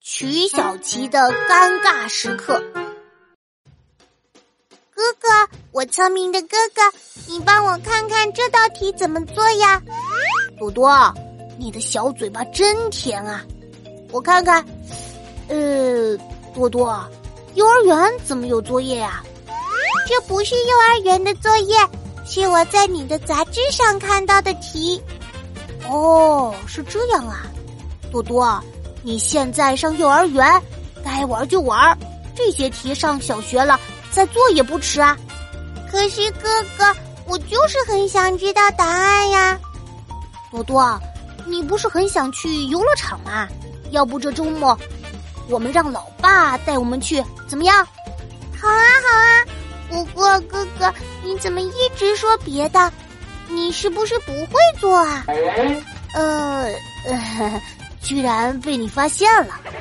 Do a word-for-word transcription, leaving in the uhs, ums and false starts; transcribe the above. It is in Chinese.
曲小琪的尴尬时刻。 哥哥，我聪明的哥哥，你帮我看看这道题怎么做呀？ 多多，你的小嘴巴真甜啊！我看看，呃，多多，幼儿园怎么有作业呀？ 这不是幼儿园的作业，是我在你的杂志上看到的题。 哦，是这样啊。多多，你现在上幼儿园，该玩就玩，这些题上小学了再做也不迟啊。 可是哥哥，我就是很想知道答案呀。 多多，你不是很想去游乐场吗？要不这周末我们让老爸带我们去，怎么样？ 好啊好啊，不过哥哥，你怎么一直说别的？你是不是不会做啊？ 呃，呃居然被你发现了。